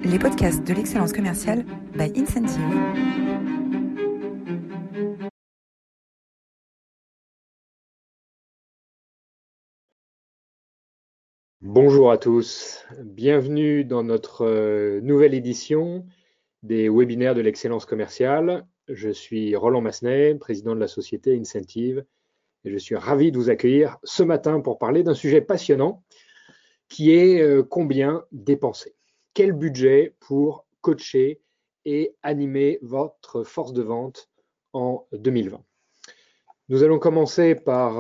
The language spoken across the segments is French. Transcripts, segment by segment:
les podcasts de l'excellence commerciale by Incentive. Bonjour à tous, bienvenue dans notre nouvelle édition des webinaires de l'excellence commerciale. Je suis Roland Massenet, président de la société Incentive, et je suis ravi de vous accueillir ce matin pour parler d'un sujet passionnant qui est combien dépenser. Quel budget pour coacher et animer votre force de vente en 2020. Nous allons commencer par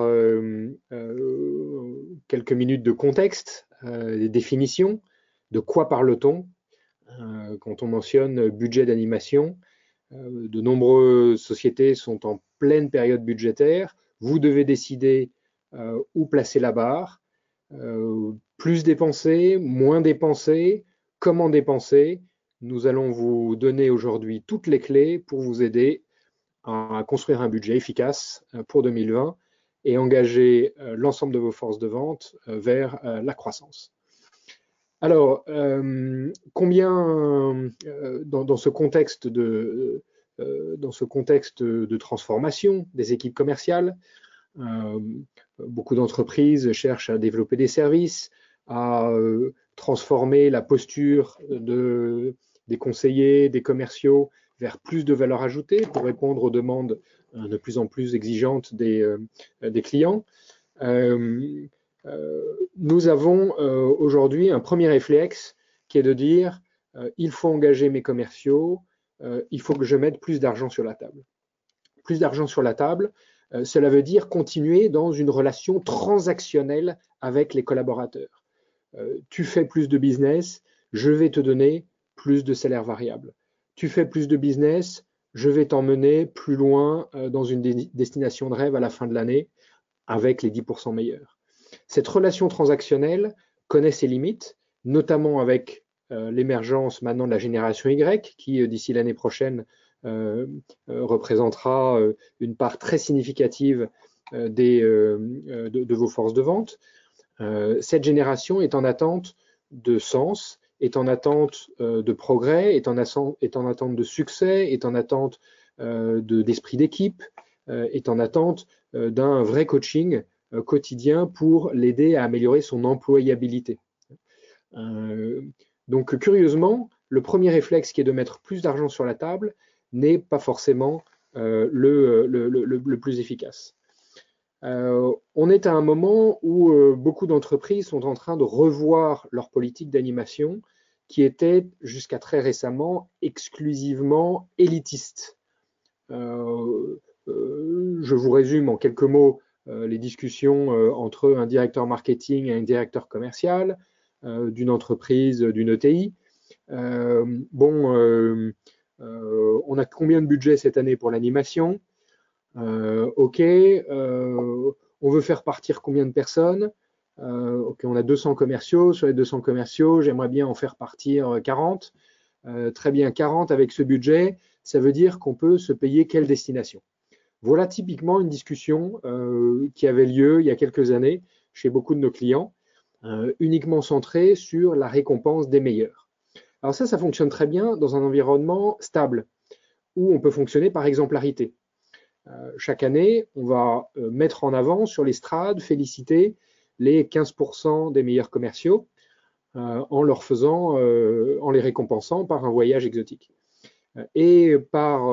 quelques minutes de contexte, des définitions. De quoi parle-t-on quand on mentionne budget d'animation? De nombreuses sociétés sont en pleine période budgétaire. Vous devez décider où placer la barre. Plus dépenser, moins dépenser, comment dépenser. Nous allons vous donner aujourd'hui toutes les clés pour vous aider à construire un budget efficace pour 2020 et engager l'ensemble de vos forces de vente vers la croissance. Alors, combien dans ce contexte de transformation des équipes commerciales, beaucoup d'entreprises cherchent à développer des services, à transformer la posture des conseillers, des commerciaux vers plus de valeur ajoutée pour répondre aux demandes de plus en plus exigeantes des clients. Nous avons aujourd'hui un premier réflexe qui est de dire il faut engager mes commerciaux, il faut que je mette plus d'argent sur la table. Plus d'argent sur la table, cela veut dire continuer dans une relation transactionnelle avec les collaborateurs. Tu fais plus de business, je vais te donner plus de salaire variable. Tu fais plus de business, je vais t'emmener plus loin dans une destination de rêve à la fin de l'année avec les 10% meilleurs. Cette relation transactionnelle connaît ses limites, notamment avec l'émergence maintenant de la génération Y, qui d'ici l'année prochaine représentera une part très significative de vos forces de vente. Cette génération est en attente de sens, est en attente de progrès, est en attente de succès, est en attente d'esprit d'équipe, est en attente d'un vrai coaching quotidien pour l'aider à améliorer son employabilité. Donc curieusement, le premier réflexe qui est de mettre plus d'argent sur la table n'est pas forcément le plus efficace. On est à un moment où beaucoup d'entreprises sont en train de revoir leur politique d'animation qui était jusqu'à très récemment exclusivement élitiste. Je vous résume en quelques mots les discussions entre un directeur marketing et un directeur commercial d'une entreprise, d'une ETI. On a combien de budget cette année pour l'animation? Ok, on veut faire partir combien de personnes? Ok, on a 200 commerciaux. Sur les 200 commerciaux, j'aimerais bien en faire partir 40. Très bien, 40 avec ce budget, ça veut dire qu'on peut se payer quelle destination? Voilà typiquement une discussion qui avait lieu il y a quelques années chez beaucoup de nos clients, uniquement centrée sur la récompense des meilleurs. Alors ça fonctionne très bien dans un environnement stable, où on peut fonctionner par exemplarité. Chaque année, on va mettre en avant sur l'estrade, féliciter les 15% des meilleurs commerciaux en les récompensant par un voyage exotique. Et par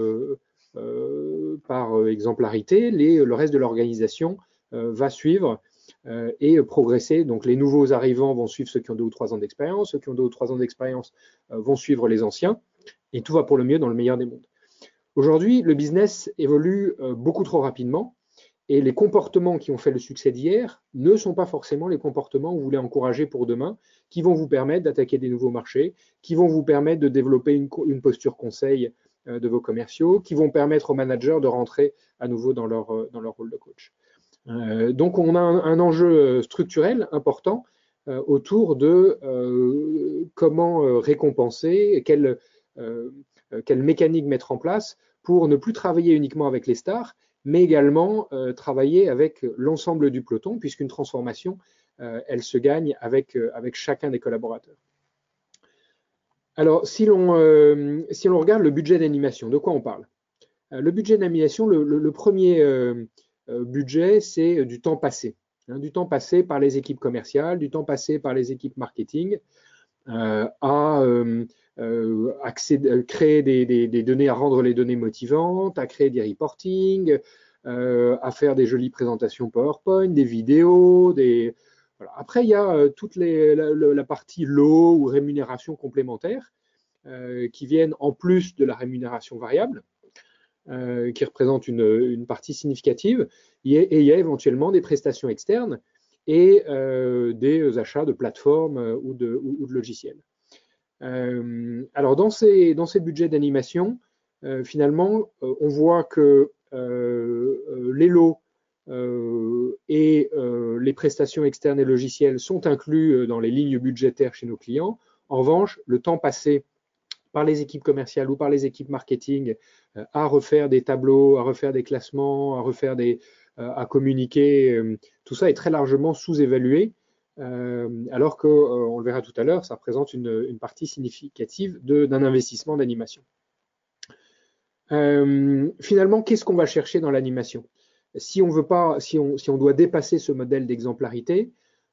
exemplarité, le reste de l'organisation va suivre et progresser. Donc les nouveaux arrivants vont suivre ceux qui ont 2 ou 3 ans d'expérience, ceux qui ont 2 ou 3 ans d'expérience vont suivre les anciens, et tout va pour le mieux dans le meilleur des mondes. Aujourd'hui, le business évolue beaucoup trop rapidement, et les comportements qui ont fait le succès d'hier ne sont pas forcément les comportements que vous voulez encourager pour demain, qui vont vous permettre d'attaquer des nouveaux marchés, qui vont vous permettre de développer une posture conseil de vos commerciaux, qui vont permettre aux managers de rentrer à nouveau dans leur rôle de coach. Donc on a un enjeu structurel important autour de comment récompenser, quelle mécanique mettre en place pour ne plus travailler uniquement avec les stars, mais également travailler avec l'ensemble du peloton, puisqu'une transformation, elle se gagne avec chacun des collaborateurs. Alors, si l'on regarde le budget d'animation, de quoi on parle? Le budget d'animation, le premier budget, c'est du temps passé. Hein, du temps passé par les équipes commerciales, du temps passé par les équipes marketing à créer des données, à rendre les données motivantes, à créer des reporting, à faire des jolies présentations PowerPoint, des vidéos, Voilà. Après, il y a toute la partie low ou rémunération complémentaire qui viennent en plus de la rémunération variable, qui représente une partie significative, et il y a éventuellement des prestations externes et des achats de plateformes ou de logiciels. Alors dans ces budgets d'animation, finalement, on voit que les lots et les prestations externes et logicielles sont inclus dans les lignes budgétaires chez nos clients. En revanche, le temps passé par les équipes commerciales ou par les équipes marketing à refaire des tableaux, à refaire des classements, à communiquer, tout ça est très largement sous-évalué, alors que, on le verra tout à l'heure, ça représente une partie significative d'un investissement d'animation. Finalement, qu'est-ce qu'on va chercher dans l'animation? Si on doit dépasser ce modèle d'exemplarité,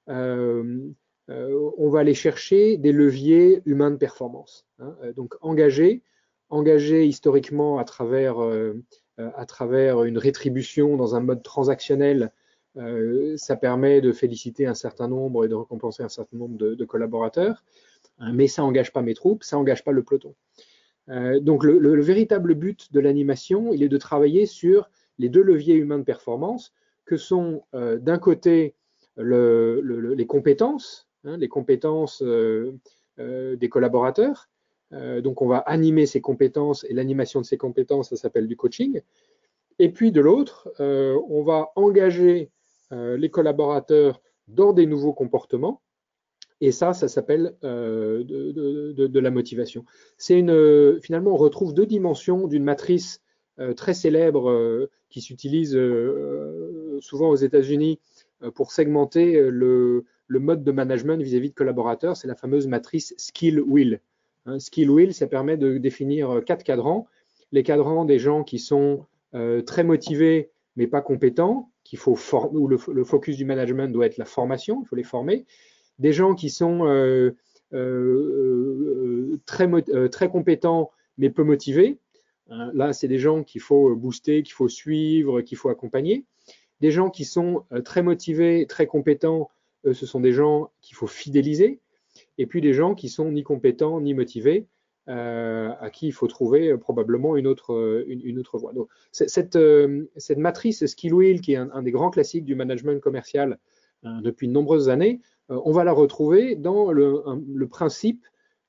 on va aller chercher des leviers humains de performance. Hein. Donc engager historiquement à travers une rétribution dans un mode transactionnel, ça permet de féliciter un certain nombre et de récompenser un certain nombre de collaborateurs, hein, mais ça n'engage pas mes troupes, ça n'engage pas le peloton. Donc le véritable but de l'animation, il est de travailler sur les deux leviers humains de performance, que sont d'un côté les compétences, hein, les compétences des collaborateurs. Donc on va animer ces compétences, et l'animation de ces compétences, ça s'appelle du coaching. Et puis de l'autre, on va engager les collaborateurs dans des nouveaux comportements. Et ça s'appelle de la motivation. Finalement, on retrouve deux dimensions d'une matrice très célèbre qui s'utilise souvent aux États-Unis pour segmenter le mode de management vis-à-vis de collaborateurs. C'est la fameuse matrice Skill Wheel. Hein, Skill Wheel, ça permet de définir 4 cadrans. Les cadrans des gens qui sont très motivés mais pas compétents, où le focus du management doit être la formation, il faut les former. Des gens qui sont très compétents mais peu motivés. Là, c'est des gens qu'il faut booster, qu'il faut suivre, qu'il faut accompagner. Des gens qui sont très motivés, très compétents, ce sont des gens qu'il faut fidéliser. Et puis des gens qui sont ni compétents ni motivés, à qui il faut trouver probablement une autre voie. Donc, cette matrice Skill Wheel, qui est un des grands classiques du management commercial depuis de nombreuses années, on va la retrouver dans le principe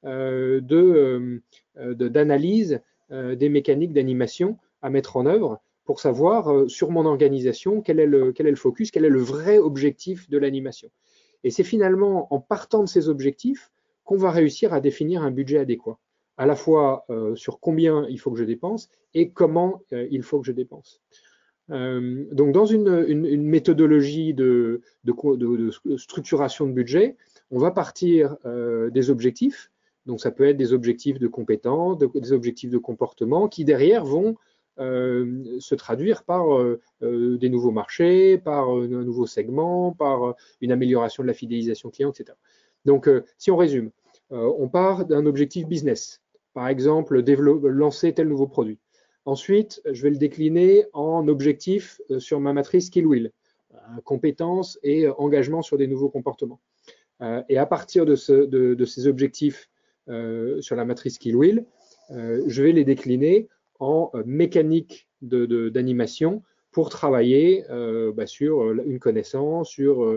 d'analyse des mécaniques d'animation à mettre en œuvre pour savoir sur mon organisation quel est le focus, quel est le vrai objectif de l'animation. Et c'est finalement en partant de ces objectifs qu'on va réussir à définir un budget adéquat, à la fois sur combien il faut que je dépense et comment il faut que je dépense. Donc, dans une méthodologie de structuration de budget, on va partir des objectifs. Donc, ça peut être des objectifs de compétences, des objectifs de comportement, qui derrière vont se traduire par des nouveaux marchés, par un nouveau segment, par une amélioration de la fidélisation client, etc. Donc, si on résume, on part d'un objectif business. Par exemple, lancer tel nouveau produit. Ensuite, je vais le décliner en objectifs sur ma matrice Skill Wheel, compétences et engagement sur des nouveaux comportements. Et à partir de ces objectifs sur la matrice Skill Wheel, je vais les décliner en mécanique d'animation pour travailler sur une connaissance, sur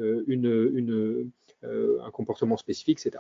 un comportement spécifique, etc.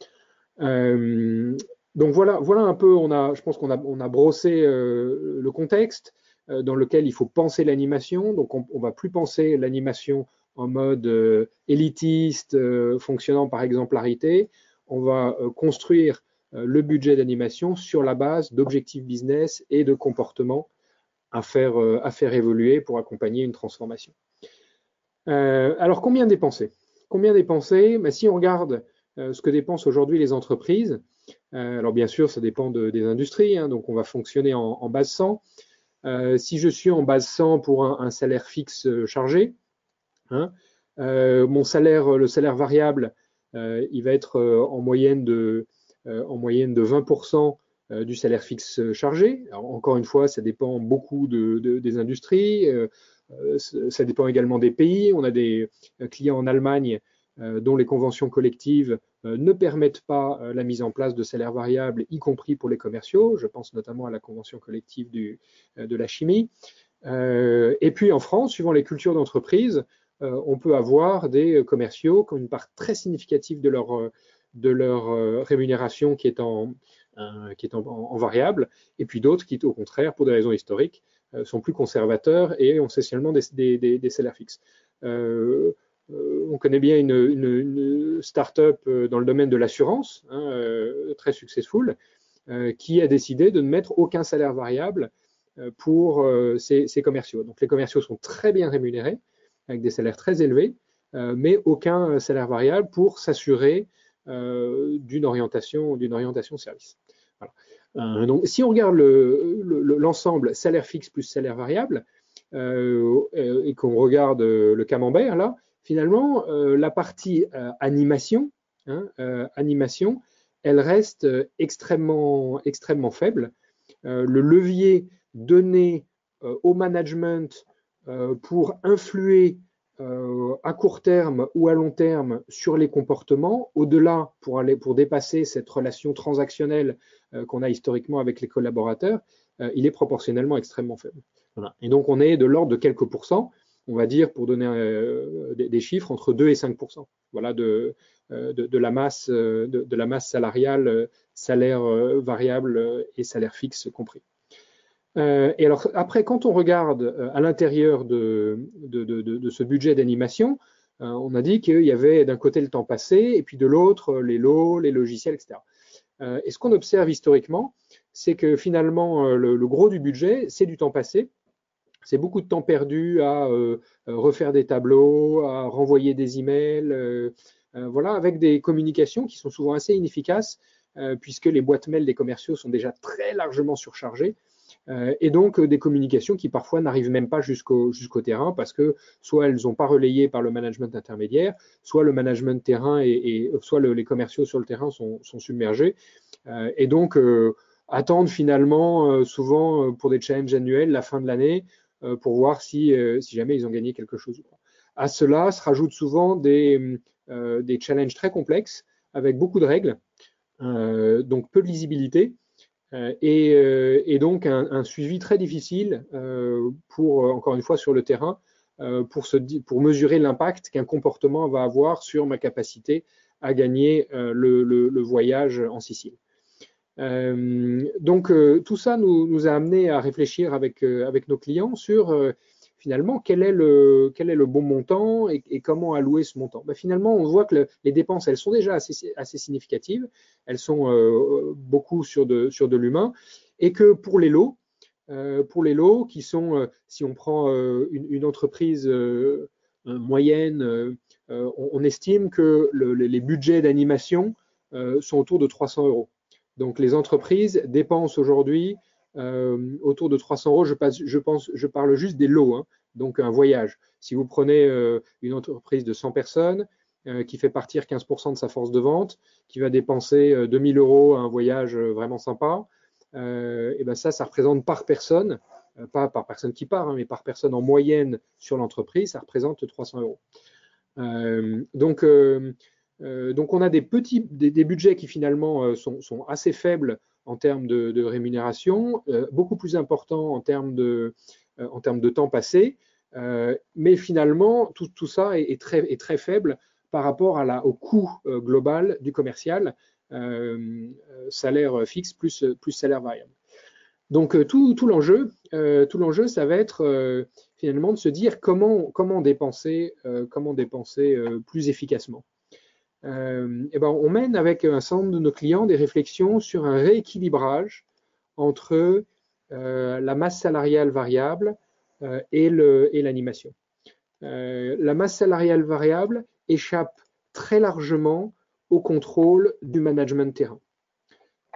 Donc voilà un peu, je pense qu'on a brossé le contexte dans lequel il faut penser l'animation. Donc on va plus penser l'animation en mode élitiste, fonctionnant par exemplarité. On va construire le budget d'animation sur la base d'objectifs business et de comportements à faire évoluer pour accompagner une transformation. Alors combien dépenser? Si on regarde ce que dépensent aujourd'hui les entreprises, Alors bien sûr, ça dépend des industries, hein, donc on va fonctionner en base 100. Si je suis en base 100 pour un salaire fixe chargé, hein, le salaire variable, il va être en moyenne de 20% du salaire fixe chargé. Alors, encore une fois, ça dépend beaucoup des industries, ça dépend également des pays. On a des clients en Allemagne dont les conventions collectives ne permettent pas la mise en place de salaires variables, y compris pour les commerciaux. Je pense notamment à la convention collective de la chimie. Et puis en France, suivant les cultures d'entreprise, on peut avoir des commerciaux qui ont une part très significative de leur rémunération qui est en variable, et puis d'autres qui, au contraire, pour des raisons historiques, sont plus conservateurs et ont essentiellement des salaires fixes. On connaît bien une start-up dans le domaine de l'assurance, hein, très successful, qui a décidé de ne mettre aucun salaire variable pour ses commerciaux. Donc les commerciaux sont très bien rémunérés, avec des salaires très élevés, mais aucun salaire variable pour s'assurer d'une orientation service. Voilà. Donc, si on regarde l'ensemble salaire fixe plus salaire variable, et qu'on regarde le camembert, là, finalement, la partie animation, hein, elle reste extrêmement faible. Le levier donné au management pour influer à court terme ou à long terme sur les comportements, au-delà pour dépasser cette relation transactionnelle qu'on a historiquement avec les collaborateurs, il est proportionnellement extrêmement faible. Voilà. Et donc on est de l'ordre de quelques pourcents, on va dire pour donner des chiffres, entre 2 et 5%. Voilà de la masse salariale, salaire variable et salaire fixe compris. Et alors après, quand on regarde à l'intérieur de ce budget d'animation, on a dit qu'il y avait d'un côté le temps passé et puis de l'autre les lots, les logiciels, etc. Et ce qu'on observe historiquement, c'est que finalement le gros du budget, c'est du temps passé. C'est beaucoup de temps perdu à refaire des tableaux, à renvoyer des emails, voilà, avec des communications qui sont souvent assez inefficaces, puisque les boîtes mail des commerciaux sont déjà très largement surchargées. Et donc des communications qui parfois n'arrivent même pas jusqu'au terrain parce que soit elles n'ont pas relayé par le management intermédiaire, soit le management terrain soit les commerciaux sur le terrain sont submergés. Et donc attendent finalement souvent pour des challenges annuels la fin de l'année pour voir si jamais ils ont gagné quelque chose ou pas. À cela se rajoutent souvent des challenges très complexes avec beaucoup de règles, donc peu de lisibilité. Et donc un suivi très difficile pour, encore une fois, sur le terrain, pour mesurer l'impact qu'un comportement va avoir sur ma capacité à gagner le voyage en Sicile. Donc tout ça nous a amené à réfléchir avec nos clients sur finalement quel est le bon montant et comment allouer ce montant. Ben, finalement, on voit que les dépenses, elles sont déjà assez significatives, elles sont beaucoup sur de l'humain, et que pour les lots qui sont, si on prend une entreprise moyenne, on estime que les budgets d'animation sont autour de 300 €. Donc les entreprises dépensent aujourd'hui autour de 300 €. Je parle juste des lots, hein, donc un voyage. Si vous prenez une entreprise de 100 personnes qui fait partir 15% de sa force de vente, qui va dépenser 2000 € à un voyage vraiment sympa, et ben ça représente par personne, pas par personne qui part, hein, mais par personne en moyenne sur l'entreprise, ça représente 300 €. Donc on a des budgets qui finalement sont assez faibles en termes de rémunération, beaucoup plus importants en termes de temps passé, mais finalement tout ça est très faible par rapport au coût global du commercial, salaire fixe plus salaire variable. Donc tout l'enjeu, ça va être finalement de se dire comment dépenser plus efficacement. Et ben, on mène avec un certain nombre de nos clients des réflexions sur un rééquilibrage entre la masse salariale variable et l'animation. La masse salariale variable échappe très largement au contrôle du management terrain.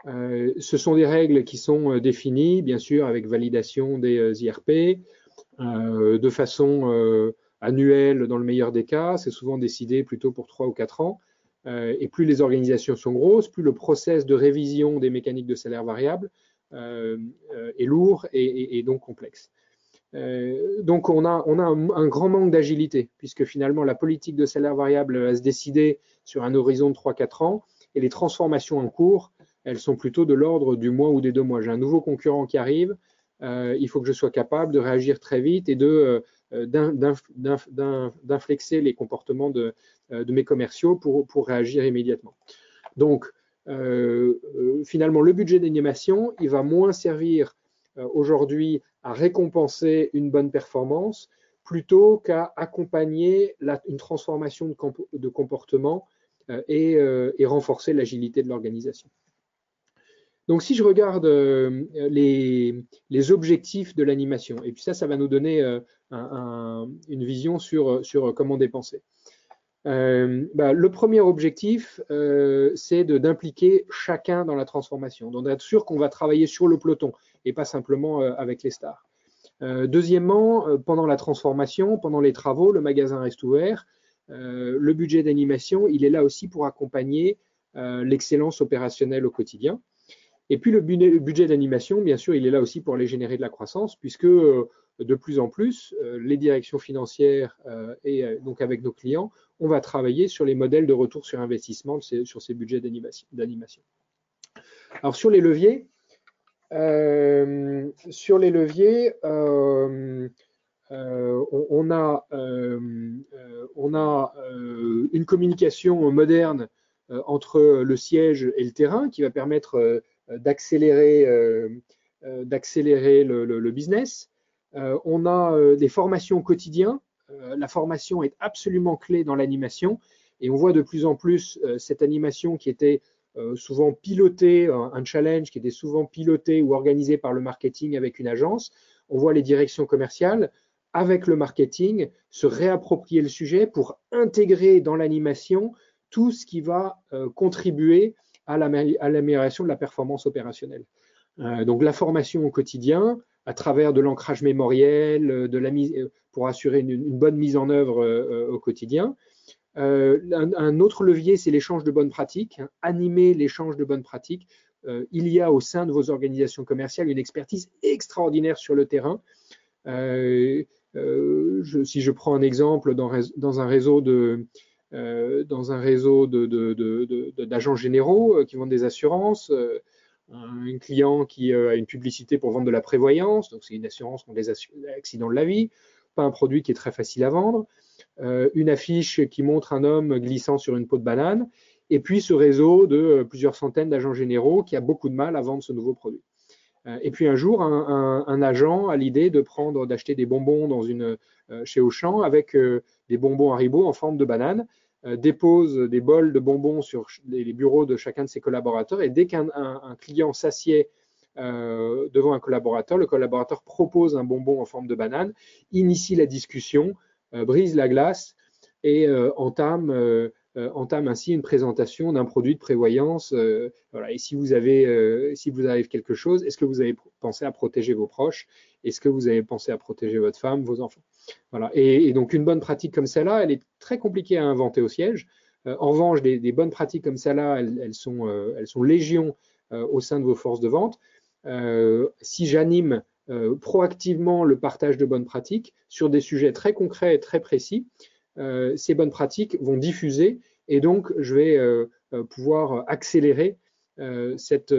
Ce sont des règles qui sont définies, bien sûr, avec validation des IRP, de façon annuelle dans le meilleur des cas. C'est souvent décidé plutôt pour 3 ou 4 ans. Et plus les organisations sont grosses, plus le process de révision des mécaniques de salaire variable est lourd et donc complexe. Donc on a un grand manque d'agilité, puisque finalement la politique de salaire variable va se décider sur un horizon de 3-4 ans, et les transformations en cours, elles sont plutôt de l'ordre du mois ou des 2 mois. J'ai un nouveau concurrent qui arrive, il faut que je sois capable de réagir très vite et d'inflexer les comportements de mes commerciaux pour réagir immédiatement. Donc, finalement, le budget d'animation, il va moins servir aujourd'hui à récompenser une bonne performance plutôt qu'à accompagner une transformation de comportement et renforcer l'agilité de l'organisation. Donc, si je regarde les objectifs de l'animation, et puis ça va nous donner une vision sur comment dépenser. Le premier objectif, c'est d'impliquer chacun dans la transformation, donc d'être sûr qu'on va travailler sur le peloton et pas simplement avec les stars. Deuxièmement, pendant la transformation, pendant les travaux, le magasin reste ouvert. Le budget d'animation, il est là aussi pour accompagner l'excellence opérationnelle au quotidien. Et puis le budget d'animation, bien sûr, il est là aussi pour aller générer de la croissance, puisque de plus en plus, les directions financières et donc avec nos clients, on va travailler sur les modèles de retour sur investissement sur ces budgets d'animation. Alors sur les leviers, on a une communication moderne entre le siège et le terrain qui va permettre d'accélérer le business. On a des formations au quotidien. La formation est absolument clé dans l'animation et on voit de plus en plus cette animation qui était souvent pilotée, un challenge qui était souvent piloté ou organisé par le marketing avec une agence. On voit les directions commerciales avec le marketing se réapproprier le sujet pour intégrer dans l'animation tout ce qui va contribuer à l'amélioration de la performance opérationnelle. Donc la formation au quotidien, à travers de l'ancrage mémoriel, pour assurer une bonne mise en œuvre au quotidien. Un autre levier, c'est l'échange de bonnes pratiques, animer l'échange de bonnes pratiques. Il y a au sein de vos organisations commerciales une expertise extraordinaire sur le terrain. Si je prends un exemple dans un réseau d'agents généraux qui vendent des assurances, un client qui a une publicité pour vendre de la prévoyance, donc c'est une assurance contre les accidents de la vie, pas un produit qui est très facile à vendre, une affiche qui montre un homme glissant sur une peau de banane, et puis ce réseau de plusieurs centaines d'agents généraux qui a beaucoup de mal à vendre ce nouveau produit. Et puis un jour, un agent a l'idée d'acheter des bonbons chez Auchan avec des bonbons Haribo en forme de banane, dépose des bols de bonbons sur les bureaux de chacun de ses collaborateurs, et dès qu'un client s'assied devant un collaborateur, le collaborateur propose un bonbon en forme de banane, initie la discussion, brise la glace et entame ainsi une présentation d'un produit de prévoyance. Voilà. Et si vous arrive quelque chose, est-ce que vous avez pensé à protéger vos proches? Est-ce que vous avez pensé à protéger votre femme, vos enfants? Voilà. Et donc une bonne pratique comme celle-là, elle est très compliquée à inventer au siège. En revanche, des bonnes pratiques comme celle-là, elles sont légion au sein de vos forces de vente. Si j'anime proactivement le partage de bonnes pratiques sur des sujets très concrets et très précis, ces bonnes pratiques vont diffuser et donc je vais pouvoir accélérer cette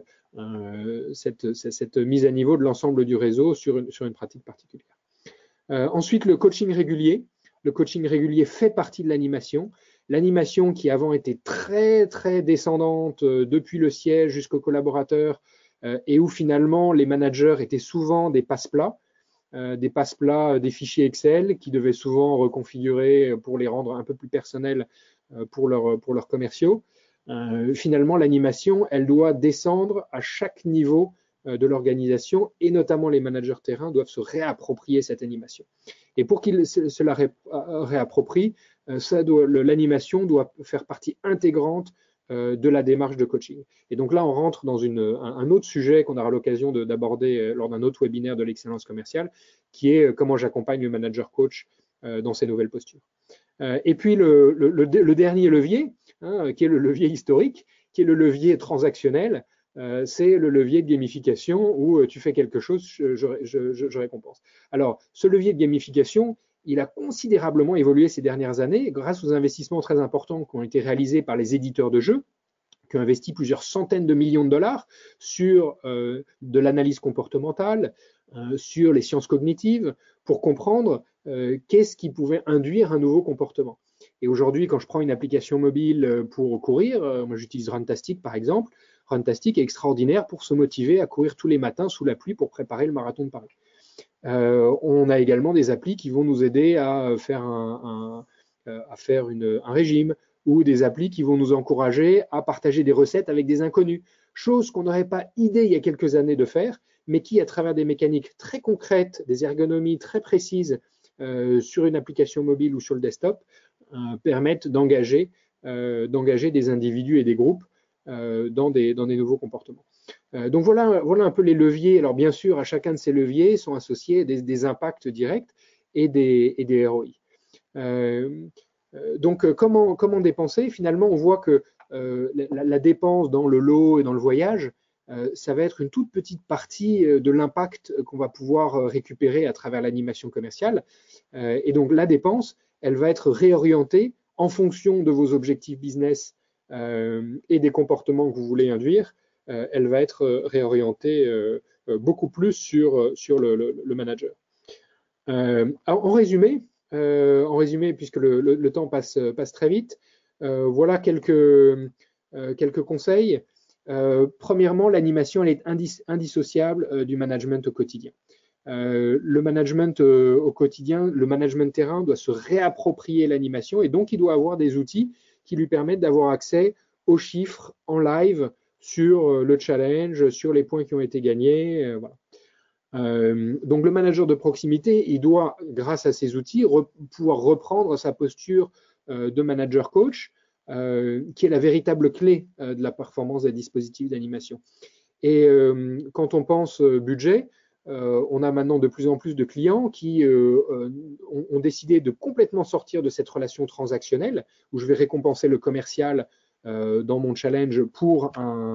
mise à niveau de l'ensemble du réseau sur une pratique particulière. Ensuite, le coaching régulier. Le coaching régulier fait partie de l'animation. L'animation qui avant était très très descendante depuis le siège jusqu'aux collaborateurs et où finalement les managers étaient souvent des passe-plats. Des fichiers Excel qui devaient souvent reconfigurer pour les rendre un peu plus personnels pour leurs commerciaux. Finalement, l'animation, elle doit descendre à chaque niveau de l'organisation et notamment les managers terrain doivent se réapproprier cette animation. Et pour qu'ils se la réapproprient, l'animation doit faire partie intégrante de la démarche de coaching. Et donc là, on rentre dans un autre sujet qu'on aura l'occasion d'aborder lors d'un autre webinaire de l'excellence commerciale, qui est comment j'accompagne le manager coach dans ces nouvelles postures. Et puis le dernier levier, hein, qui est le levier historique, qui est le levier transactionnel, c'est le levier de gamification où tu fais quelque chose, je récompense. Alors, ce levier de gamification, il a considérablement évolué ces dernières années grâce aux investissements très importants qui ont été réalisés par les éditeurs de jeux, qui ont investi plusieurs centaines de millions de dollars sur de l'analyse comportementale, sur les sciences cognitives, pour comprendre qu'est-ce qui pouvait induire un nouveau comportement. Et aujourd'hui, quand je prends une application mobile pour courir, moi j'utilise Runtastic par exemple, Runtastic est extraordinaire pour se motiver à courir tous les matins sous la pluie pour préparer le marathon de Paris. On a également des applis qui vont nous aider à faire un régime, ou des applis qui vont nous encourager à partager des recettes avec des inconnus, chose qu'on n'aurait pas idée il y a quelques années de faire, mais qui, à travers des mécaniques très concrètes, des ergonomies très précises sur une application mobile ou sur le desktop, permettent d'engager des individus et des groupes dans des nouveaux comportements. Donc voilà un peu les leviers. Alors bien sûr, à chacun de ces leviers sont associés des impacts directs et des ROI. Donc comment dépenser? Finalement, on voit que la dépense dans le lot et dans le voyage, ça va être une toute petite partie de l'impact qu'on va pouvoir récupérer à travers l'animation commerciale. Et donc la dépense, elle va être réorientée en fonction de vos objectifs business et des comportements que vous voulez induire. Elle va être réorientée beaucoup plus sur le manager. En résumé, puisque le temps passe très vite, voilà quelques conseils. Premièrement, l'animation elle est indissociable du management au quotidien. Le management au quotidien, le management terrain doit se réapproprier l'animation et donc il doit avoir des outils qui lui permettent d'avoir accès aux chiffres en live sur le challenge, sur les points qui ont été gagnés. Voilà. Donc le manager de proximité, il doit, grâce à ces outils, pouvoir reprendre sa posture de manager coach, qui est la véritable clé de la performance des dispositifs d'animation. Et quand on pense budget, on a maintenant de plus en plus de clients qui ont décidé de complètement sortir de cette relation transactionnelle où je vais récompenser le commercial dans mon challenge pour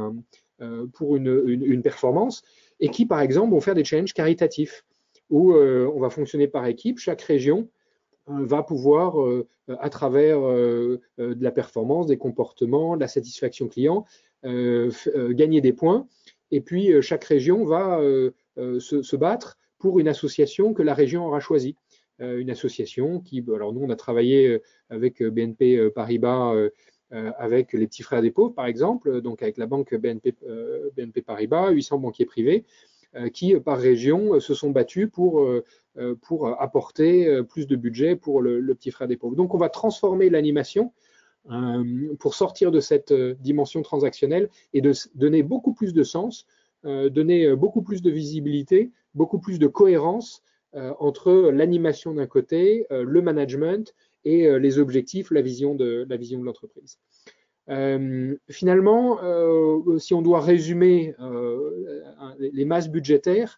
une performance, et qui, par exemple, vont faire des challenges caritatifs où on va fonctionner par équipe. Chaque région va pouvoir, à travers de la performance, des comportements, de la satisfaction client, gagner des points. Et puis, chaque région va se battre pour une association que la région aura choisie. Une association qui, alors nous, on a travaillé avec BNP Paribas, avec les petits frères des pauvres, par exemple, donc avec la banque BNP Paribas, 800 banquiers privés, qui, par région, se sont battus pour apporter plus de budget pour le petit frère des pauvres. Donc, on va transformer l'animation pour sortir de cette dimension transactionnelle et de donner beaucoup plus de sens, donner beaucoup plus de visibilité, beaucoup plus de cohérence entre l'animation d'un côté, le management et les objectifs, la vision de l'entreprise. Finalement, si on doit résumer les masses budgétaires,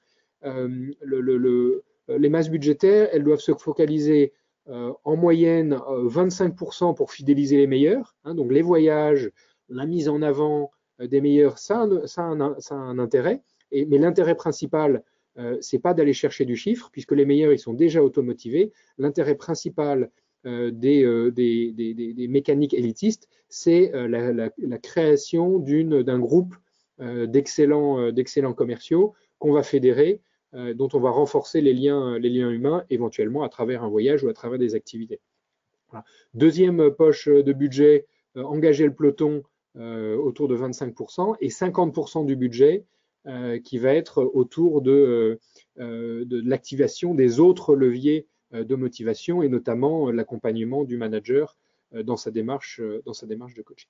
les masses budgétaires, elles doivent se focaliser en moyenne 25% pour fidéliser les meilleurs, hein, donc les voyages, la mise en avant des meilleurs, ça a un intérêt, mais l'intérêt principal, c'est pas d'aller chercher du chiffre, puisque les meilleurs, ils sont déjà automotivés. L'intérêt principal des mécaniques élitistes, c'est la création d'un groupe d'excellents commerciaux qu'on va fédérer, dont on va renforcer les liens humains, éventuellement à travers un voyage ou à travers des activités. Voilà. Deuxième poche de budget, engager le peloton autour de 25% et 50% du budget qui va être autour de l'activation des autres leviers de motivation et notamment l'accompagnement du manager dans sa démarche de coaching.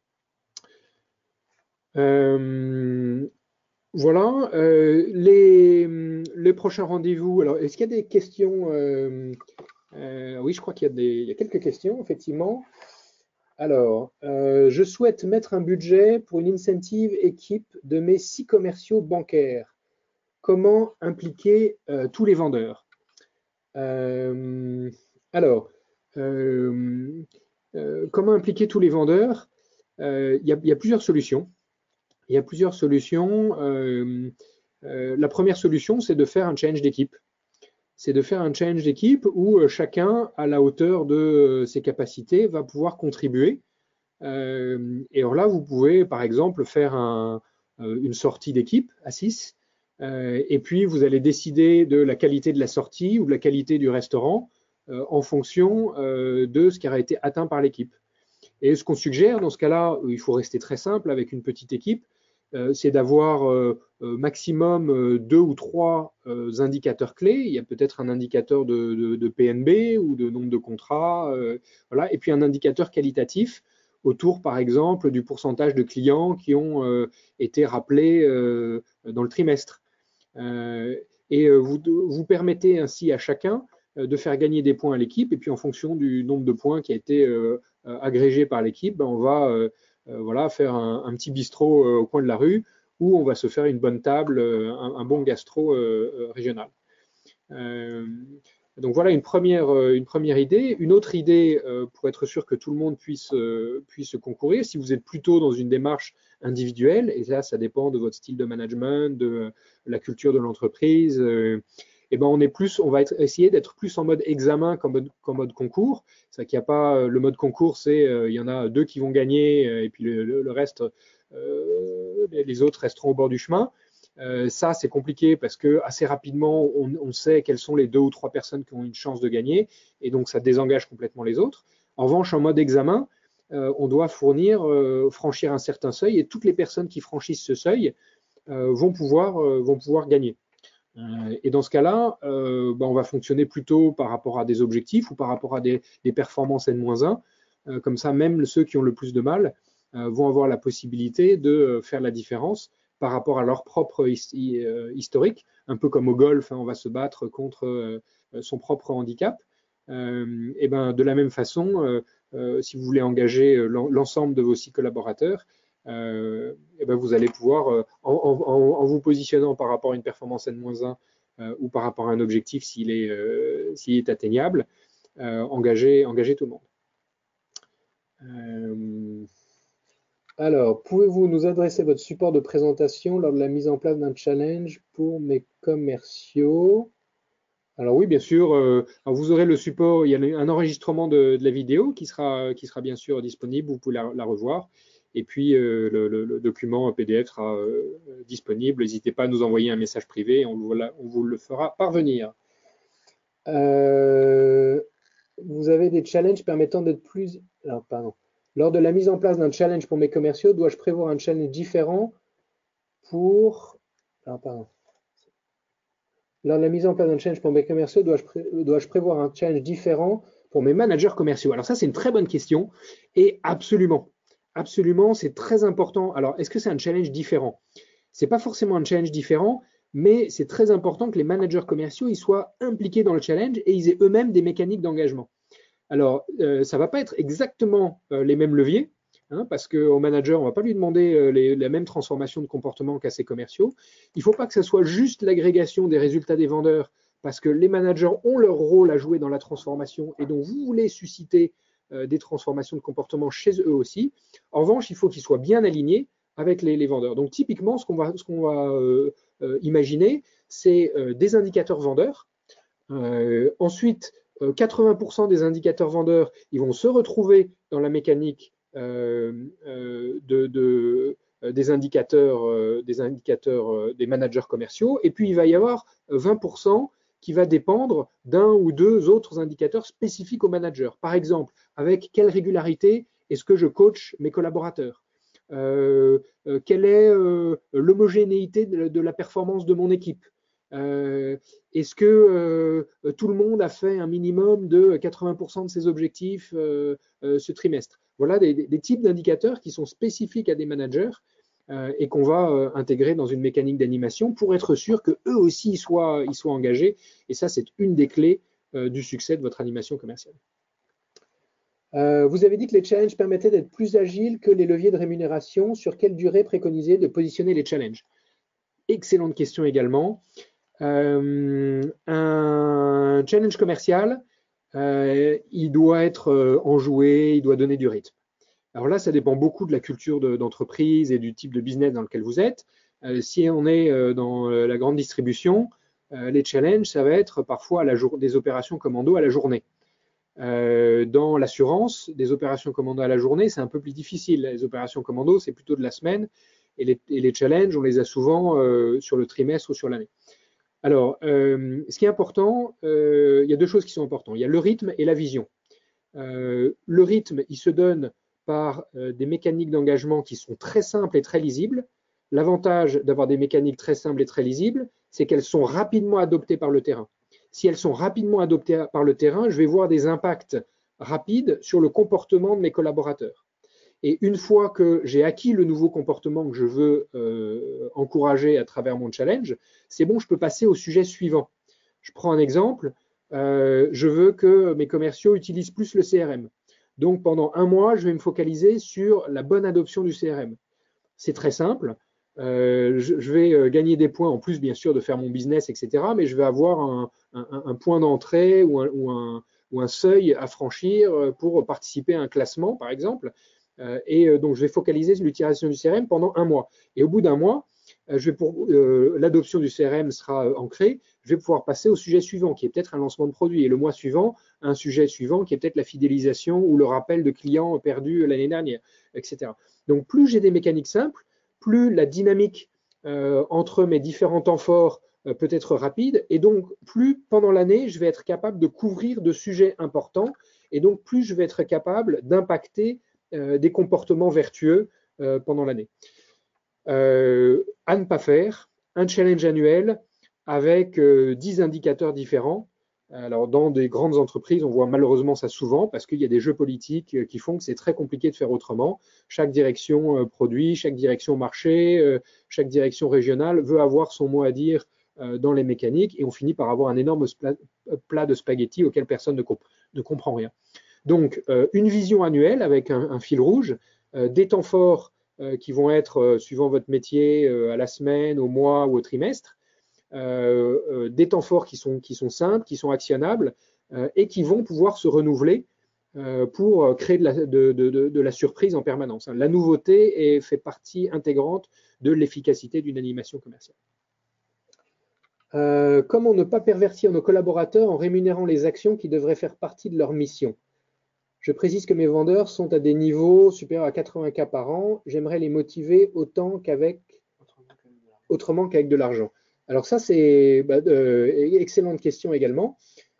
Voilà, les prochains rendez-vous. Alors, est-ce qu'il y a des questions? Oui, je crois qu'il y a quelques questions, effectivement. Alors, je souhaite mettre un budget pour une incentive équipe de mes 6 commerciaux bancaires. Comment impliquer tous les vendeurs? Alors, euh, comment impliquer tous les vendeurs? Il y a plusieurs solutions. Il y a plusieurs solutions. La première solution, c'est de faire un change d'équipe. C'est de faire un change d'équipe où chacun, à la hauteur de ses capacités, va pouvoir contribuer. Et alors là, vous pouvez, par exemple, faire une sortie d'équipe à 6. Et puis, vous allez décider de la qualité de la sortie ou de la qualité du restaurant en fonction de ce qui aura été atteint par l'équipe. Et ce qu'on suggère dans ce cas-là, il faut rester très simple avec une petite équipe, c'est d'avoir maximum 2 ou 3 indicateurs clés. Il y a peut-être un indicateur de PNB ou de nombre de contrats, voilà, et puis un indicateur qualitatif autour, par exemple, du pourcentage de clients qui ont été rappelés dans le trimestre. Et vous permettez ainsi à chacun de faire gagner des points à l'équipe, et puis en fonction du nombre de points qui a été agrégé par l'équipe, ben, on va voilà, faire un petit bistrot au coin de la rue où on va se faire une bonne table, un bon gastro régional. Donc voilà une première idée. Une autre idée pour être sûr que tout le monde puisse concourir, si vous êtes plutôt dans une démarche individuelle, et là ça dépend de votre style de management, de la culture de l'entreprise, et ben on va essayer d'être plus en mode examen qu'en mode concours. C'est qu'il n'y a pas le mode concours, c'est il y en a 2 qui vont gagner et puis le reste, les autres resteront au bord du chemin. Ça, c'est compliqué parce que assez rapidement, on sait quelles sont les 2 ou 3 personnes qui ont une chance de gagner, et donc ça désengage complètement les autres. En revanche, en mode examen, on doit franchir un certain seuil, et toutes les personnes qui franchissent ce seuil vont pouvoir gagner. Et dans ce cas-là, ben, on va fonctionner plutôt par rapport à des objectifs ou par rapport à des performances N-1. Comme ça, même ceux qui ont le plus de mal vont avoir la possibilité de faire la différence par rapport à leur propre historique, un peu comme au golf, hein, on va se battre contre son propre handicap. Et ben, de la même façon, si vous voulez engager l'ensemble de vos 6 collaborateurs, et ben vous allez pouvoir, en vous positionnant par rapport à une performance N-1 ou par rapport à un objectif s'il est atteignable, engager tout le monde. Alors, pouvez-vous nous adresser votre support de présentation lors de la mise en place d'un challenge pour mes commerciaux? Alors oui, bien sûr. Alors vous aurez le support, il y a un enregistrement de la vidéo qui sera bien sûr disponible, vous pouvez la revoir. Et puis le document PDF sera disponible. N'hésitez pas à nous envoyer un message privé, on vous le fera parvenir. Vous avez des challenges permettant d'être plus... Alors, pardon. Lors de la mise en place d'un challenge pour mes commerciaux, dois-je prévoir un challenge différent pour... Alors, pardon. Lors de la mise en place d'un challenge pour mes commerciaux, dois-je prévoir un challenge différent pour mes managers commerciaux? Alors ça, c'est une très bonne question. Et absolument, absolument, c'est très important. Alors, est-ce que c'est un challenge différent? Ce n'est pas forcément un challenge différent, mais c'est très important que les managers commerciaux ils soient impliqués dans le challenge et ils aient eux-mêmes des mécaniques d'engagement. Alors, ça ne va pas être exactement les mêmes leviers, hein, parce qu'au manager, on ne va pas lui demander la même transformation de comportement qu'à ses commerciaux. Il ne faut pas que ce soit juste l'agrégation des résultats des vendeurs, parce que les managers ont leur rôle à jouer dans la transformation et donc vous voulez susciter des transformations de comportement chez eux aussi. En revanche, il faut qu'ils soient bien alignés avec les vendeurs. Donc, typiquement, ce qu'on va imaginer, c'est des indicateurs vendeurs. Ensuite, 80% des indicateurs vendeurs, ils vont se retrouver dans la mécanique des indicateurs, des managers commerciaux. Et puis, il va y avoir 20% qui va dépendre d'un ou 2 autres indicateurs spécifiques aux managers. Par exemple, avec quelle régularité est-ce que je coach mes collaborateurs? Quelle est l'homogénéité de la performance de mon équipe? Est-ce que tout le monde a fait un minimum de 80% de ses objectifs ce trimestre? Voilà des types d'indicateurs qui sont spécifiques à des managers et qu'on va intégrer dans une mécanique d'animation pour être sûr qu'eux aussi ils soient engagés. Et ça, c'est une des clés du succès de votre animation commerciale. Vous avez dit que les challenges permettaient d'être plus agiles que les leviers de rémunération. Sur quelle durée préconiser de positionner les challenges? Excellente question également. Un challenge commercial, il doit être enjoué, il doit donner du rythme. Alors là, ça dépend beaucoup de la culture d'entreprise et du type de business dans lequel vous êtes. Si on est dans la grande distribution, les challenges, ça va être parfois des opérations commando à la journée. Dans l'assurance, des opérations commando à la journée, c'est un peu plus difficile. Les opérations commando, c'est plutôt de la semaine. Et les challenges, on les a souvent sur le trimestre ou sur l'année. Alors, ce qui est important, il y a deux choses qui sont importantes. Il y a le rythme et la vision. Le rythme, il se donne par des mécaniques d'engagement qui sont très simples et très lisibles. L'avantage d'avoir des mécaniques très simples et très lisibles, c'est qu'elles sont rapidement adoptées par le terrain. Si elles sont rapidement adoptées par le terrain, je vais voir des impacts rapides sur le comportement de mes collaborateurs. Et une fois que j'ai acquis le nouveau comportement que je veux encourager à travers mon challenge, c'est bon, je peux passer au sujet suivant. Je prends un exemple. Je veux que mes commerciaux utilisent plus le CRM. Donc, pendant un mois, je vais me focaliser sur la bonne adoption du CRM. C'est très simple. Je vais gagner des points en plus, bien sûr, de faire mon business, etc. Mais je vais avoir un point d'entrée ou un seuil à franchir pour participer à un classement, par exemple. Donc, je vais focaliser sur l'utilisation du CRM pendant un mois. Et au bout d'un mois, l'adoption du CRM sera ancrée. Je vais pouvoir passer au sujet suivant, qui est peut-être un lancement de produit. Et le mois suivant, un sujet suivant, qui est peut-être la fidélisation ou le rappel de clients perdus l'année dernière, etc. Donc, plus j'ai des mécaniques simples, plus la dynamique entre mes différents temps forts peut être rapide. Et donc, plus pendant l'année, je vais être capable de couvrir de sujets importants. Et donc, plus je vais être capable d'impacter des comportements vertueux pendant l'année. À ne pas faire, un challenge annuel avec 10 indicateurs différents. Alors, dans des grandes entreprises, on voit malheureusement ça souvent parce qu'il y a des jeux politiques qui font que c'est très compliqué de faire autrement. Chaque direction produit, chaque direction marché, chaque direction régionale veut avoir son mot à dire dans les mécaniques et on finit par avoir un énorme plat de spaghettis auquel personne ne comprend rien. Donc, une vision annuelle avec un fil rouge, des temps forts qui vont être, suivant votre métier, à la semaine, au mois ou au trimestre, des temps forts qui sont simples, qui sont actionnables et qui vont pouvoir se renouveler pour créer de la surprise en permanence. La nouveauté fait partie intégrante de l'efficacité d'une animation commerciale. Comment ne pas pervertir nos collaborateurs en rémunérant les actions qui devraient faire partie de leur mission? Je précise que mes vendeurs sont à des niveaux supérieurs à 80 cas par an. J'aimerais les motiver autrement qu'avec de l'argent. Alors ça, c'est excellente question également.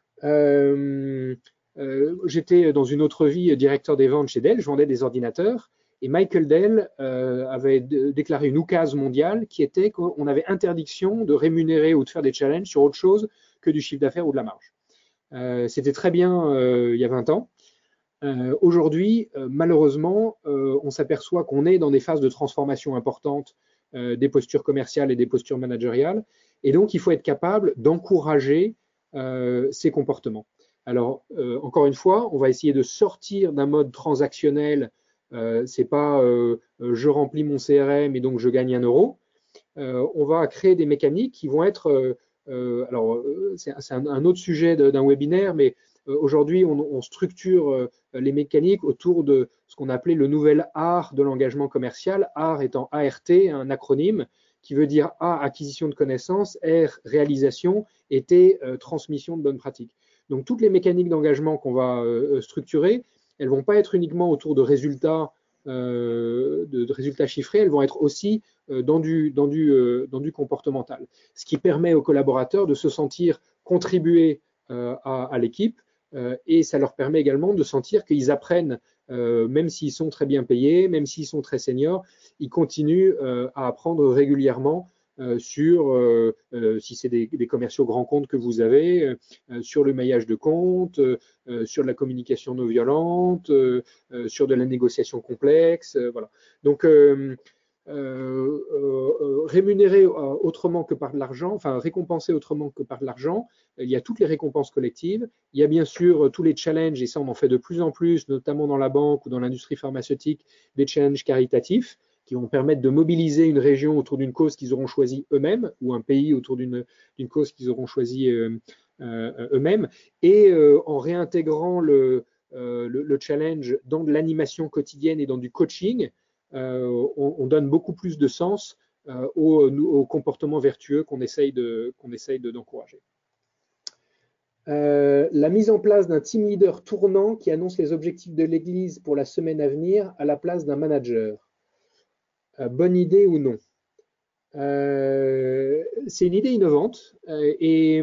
J'étais dans une autre vie directeur des ventes chez Dell, je vendais des ordinateurs. Et Michael Dell avait déclaré une oukase mondiale qui était qu'on avait interdiction de rémunérer ou de faire des challenges sur autre chose que du chiffre d'affaires ou de la marge. C'était très bien il y a 20 ans. Aujourd'hui, malheureusement, on s'aperçoit qu'on est dans des phases de transformation importantes des postures commerciales et des postures managériales. Et donc, il faut être capable d'encourager ces comportements. Alors, encore une fois, on va essayer de sortir d'un mode transactionnel. C'est pas je remplis mon CRM et donc je gagne 1 euro. On va créer des mécaniques qui vont être alors, c'est un autre sujet d'un webinaire, mais aujourd'hui, on structure les mécaniques autour de ce qu'on appelait le nouvel art de l'engagement commercial, art étant ART, un acronyme qui veut dire A, acquisition de connaissances, R, réalisation, et T, transmission de bonnes pratiques. Donc, toutes les mécaniques d'engagement qu'on va structurer, elles ne vont pas être uniquement autour de résultats chiffrés, elles vont être aussi dans du comportemental, ce qui permet aux collaborateurs de se sentir contribuer à l'équipe et ça leur permet également de sentir qu'ils apprennent, même s'ils sont très bien payés, même s'ils sont très seniors, ils continuent à apprendre régulièrement sur, si c'est des commerciaux grands comptes que vous avez, sur le maillage de compte, sur de la communication non violente, sur de la négociation complexe. Voilà. Donc, rémunérer autrement que par de l'argent, enfin récompenser autrement que par de l'argent. Il y a toutes les récompenses collectives. Il y a bien sûr tous les challenges, et ça on en fait de plus en plus, notamment dans la banque ou dans l'industrie pharmaceutique, des challenges caritatifs qui vont permettre de mobiliser une région autour d'une cause qu'ils auront choisie eux-mêmes ou un pays autour d'une cause qu'ils auront choisie eux-mêmes. Et en réintégrant le challenge dans de l'animation quotidienne et dans du coaching, on donne beaucoup plus de sens aux comportements vertueux qu'on essaye d'encourager. La mise en place d'un team leader tournant qui annonce les objectifs de l'Église pour la semaine à venir à la place d'un manager. Bonne idée ou non? C'est une idée innovante et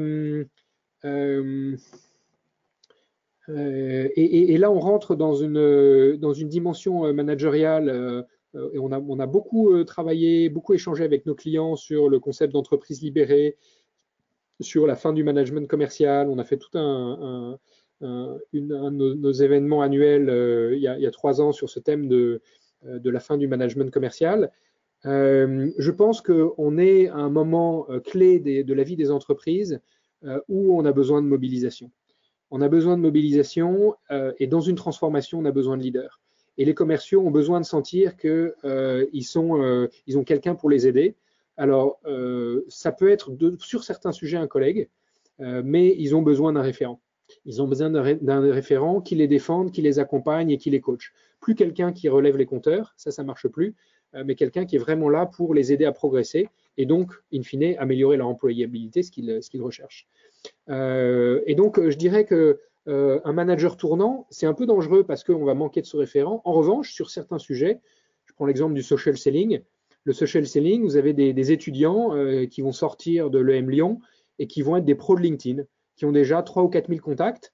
là, on rentre dans une dimension managériale et on a beaucoup travaillé, beaucoup échangé avec nos clients sur le concept d'entreprise libérée, sur la fin du management commercial. On a fait tout un de nos événements annuels il y a 3 ans sur ce thème de la fin du management commercial. Je pense qu'on est à un moment clé de la vie des entreprises où on a besoin de mobilisation. On a besoin de mobilisation et dans une transformation, on a besoin de leaders. Et les commerciaux ont besoin de sentir qu'ils ont quelqu'un pour les aider. Alors, ça peut être sur certains sujets un collègue, mais ils ont besoin d'un référent. Ils ont besoin d'un référent qui les défende, qui les accompagne et qui les coach. Plus quelqu'un qui relève les compteurs, ça marche plus, mais quelqu'un qui est vraiment là pour les aider à progresser et donc, in fine, améliorer leur employabilité, ce qu'ils recherchent. Et donc, je dirais qu'un manager tournant, c'est un peu dangereux parce qu'on va manquer de ce référent. En revanche, sur certains sujets, je prends l'exemple du social selling. Le social selling, vous avez des étudiants qui vont sortir de l'EM Lyon et qui vont être des pros de LinkedIn, qui ont déjà 3 ou 4 000 contacts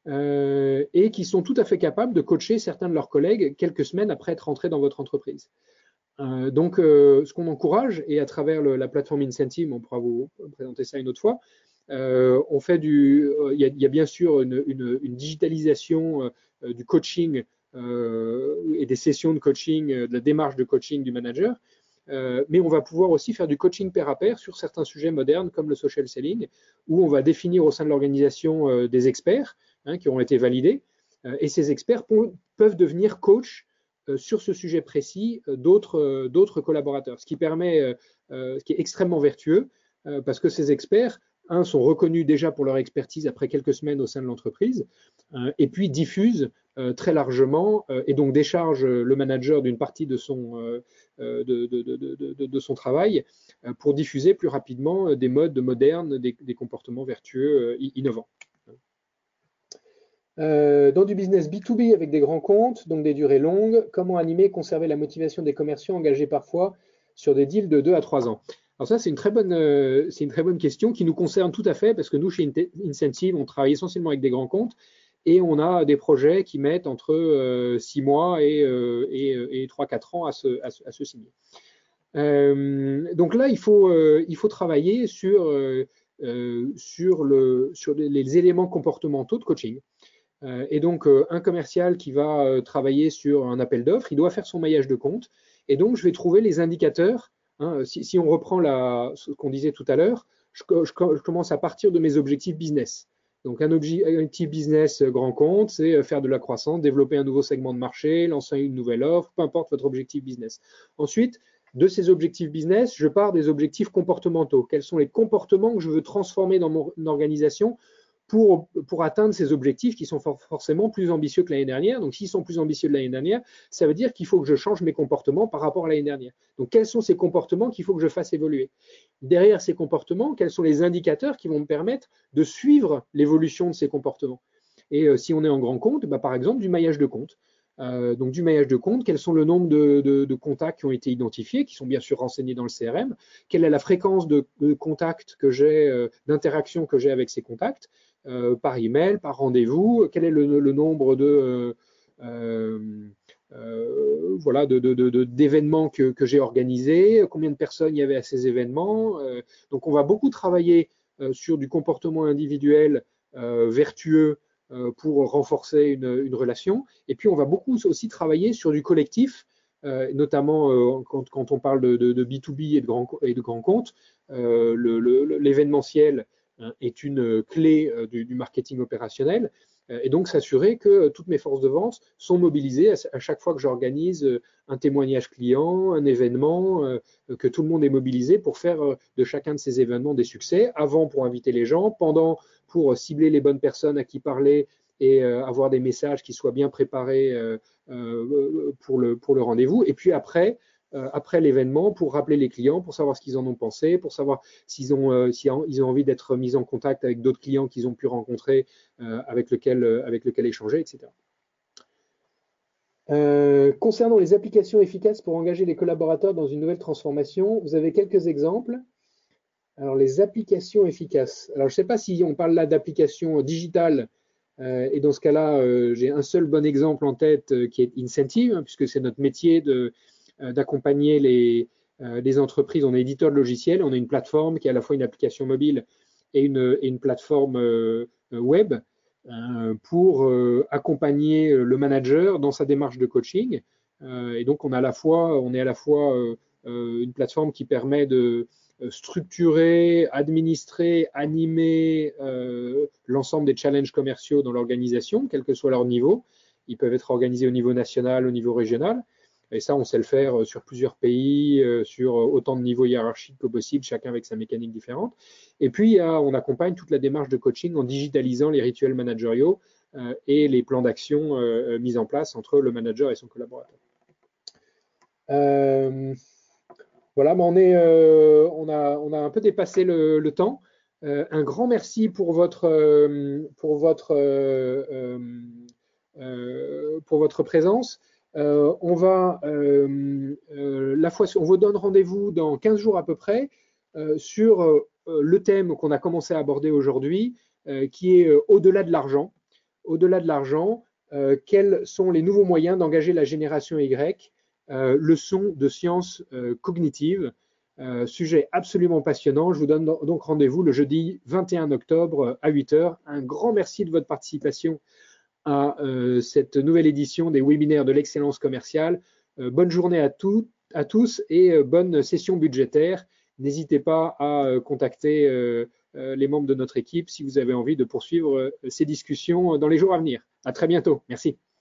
et qui sont tout à fait capables de coacher certains de leurs collègues quelques semaines après être rentrés dans votre entreprise. Donc, ce qu'on encourage, et à travers la plateforme Incentive, on pourra vous présenter ça une autre fois, on fait il y a bien sûr une digitalisation du coaching et des sessions de coaching, de la démarche de coaching du manager, mais on va pouvoir aussi faire du coaching pair à pair sur certains sujets modernes comme le social selling, où on va définir au sein de l'organisation des experts qui ont été validés, et ces experts peuvent devenir coachs sur ce sujet précis d'autres collaborateurs, ce qui est extrêmement vertueux parce que ces experts sont reconnus déjà pour leur expertise après quelques semaines au sein de l'entreprise, et puis diffusent très largement et donc déchargent le manager d'une partie de son travail pour diffuser plus rapidement des modes modernes, des comportements vertueux innovants. Dans du business B2B avec des grands comptes, donc des durées longues, comment animer et conserver la motivation des commerciaux engagés parfois sur des deals de 2 à 3 ans? Alors ça, c'est une très bonne question qui nous concerne tout à fait parce que nous, chez Incentive, on travaille essentiellement avec des grands comptes et on a des projets qui mettent entre 6 mois et 3-4 ans à se signer. Donc là, il faut travailler sur les éléments comportementaux de coaching. Et donc, un commercial qui va travailler sur un appel d'offres, il doit faire son maillage de compte. Et donc, je vais trouver les indicateurs. Si on reprend ce qu'on disait tout à l'heure, je commence à partir de mes objectifs business. Donc, un objectif business grand compte, c'est faire de la croissance, développer un nouveau segment de marché, lancer une nouvelle offre, peu importe votre objectif business. Ensuite, de ces objectifs business, je pars des objectifs comportementaux. Quels sont les comportements que je veux transformer dans mon organisation pour atteindre ces objectifs qui sont forcément plus ambitieux que l'année dernière. Donc, s'ils sont plus ambitieux que l'année dernière, ça veut dire qu'il faut que je change mes comportements par rapport à l'année dernière. Donc, quels sont ces comportements qu'il faut que je fasse évoluer? Derrière ces comportements, quels sont les indicateurs qui vont me permettre de suivre l'évolution de ces comportements? Et si on est en grand compte, par exemple, du maillage de compte. Donc, du maillage de compte, quels sont le nombre de contacts qui ont été identifiés, qui sont bien sûr renseignés dans le CRM? Quelle est la fréquence de contacts que j'ai, d'interaction que j'ai avec ces contacts? Par email, par rendez-vous, quel est le nombre d'événements que j'ai organisés, combien de personnes il y avait à ces événements. Donc on va beaucoup travailler sur du comportement individuel vertueux pour renforcer une relation. Et puis on va beaucoup aussi travailler sur du collectif notamment quand on parle de B2B et de grands comptes. L'événementiel est une clé du marketing opérationnel. Et donc s'assurer que toutes mes forces de vente sont mobilisées à chaque fois que j'organise un témoignage client, un événement, que tout le monde est mobilisé pour faire de chacun de ces événements des succès, avant pour inviter les gens, pendant pour cibler les bonnes personnes à qui parler et avoir des messages qui soient bien préparés pour le rendez-vous, et puis après l'événement pour rappeler les clients, pour savoir ce qu'ils en ont pensé, pour savoir s'ils ont envie d'être mis en contact avec d'autres clients qu'ils ont pu rencontrer, avec lequel échanger, etc. Concernant les applications efficaces pour engager les collaborateurs dans une nouvelle transformation, vous avez quelques exemples. Alors, les applications efficaces. Alors, je ne sais pas si on parle là d'applications digitales, et dans ce cas-là, j'ai un seul bon exemple en tête qui est Incentive, puisque c'est notre métier d'accompagner les entreprises. On est éditeur de logiciels, on a une plateforme qui est à la fois une application mobile et une plateforme web pour accompagner le manager dans sa démarche de coaching. Et donc, on est à la fois une plateforme qui permet de structurer, administrer, animer l'ensemble des challenges commerciaux dans l'organisation, quel que soit leur niveau. Ils peuvent être organisés au niveau national, au niveau régional. Et ça, on sait le faire sur plusieurs pays, sur autant de niveaux hiérarchiques que possible, chacun avec sa mécanique différente. Et puis, on accompagne toute la démarche de coaching en digitalisant les rituels managériaux et les plans d'action mis en place entre le manager et son collaborateur. Voilà, mais on a un peu dépassé le temps. Un grand merci pour votre présence. On vous donne rendez-vous dans 15 jours à peu près sur le thème qu'on a commencé à aborder aujourd'hui, qui est au-delà de l'argent. Au-delà de l'argent, quels sont les nouveaux moyens d'engager la génération Y, leçon de sciences cognitives, sujet absolument passionnant. Je vous donne donc rendez-vous le jeudi 21 octobre à 8 h. Un grand merci de votre participation à cette nouvelle édition des webinaires de l'excellence commerciale. Bonne journée à tous et bonne session budgétaire. N'hésitez pas à contacter les membres de notre équipe si vous avez envie de poursuivre ces discussions dans les jours à venir. À très bientôt. Merci.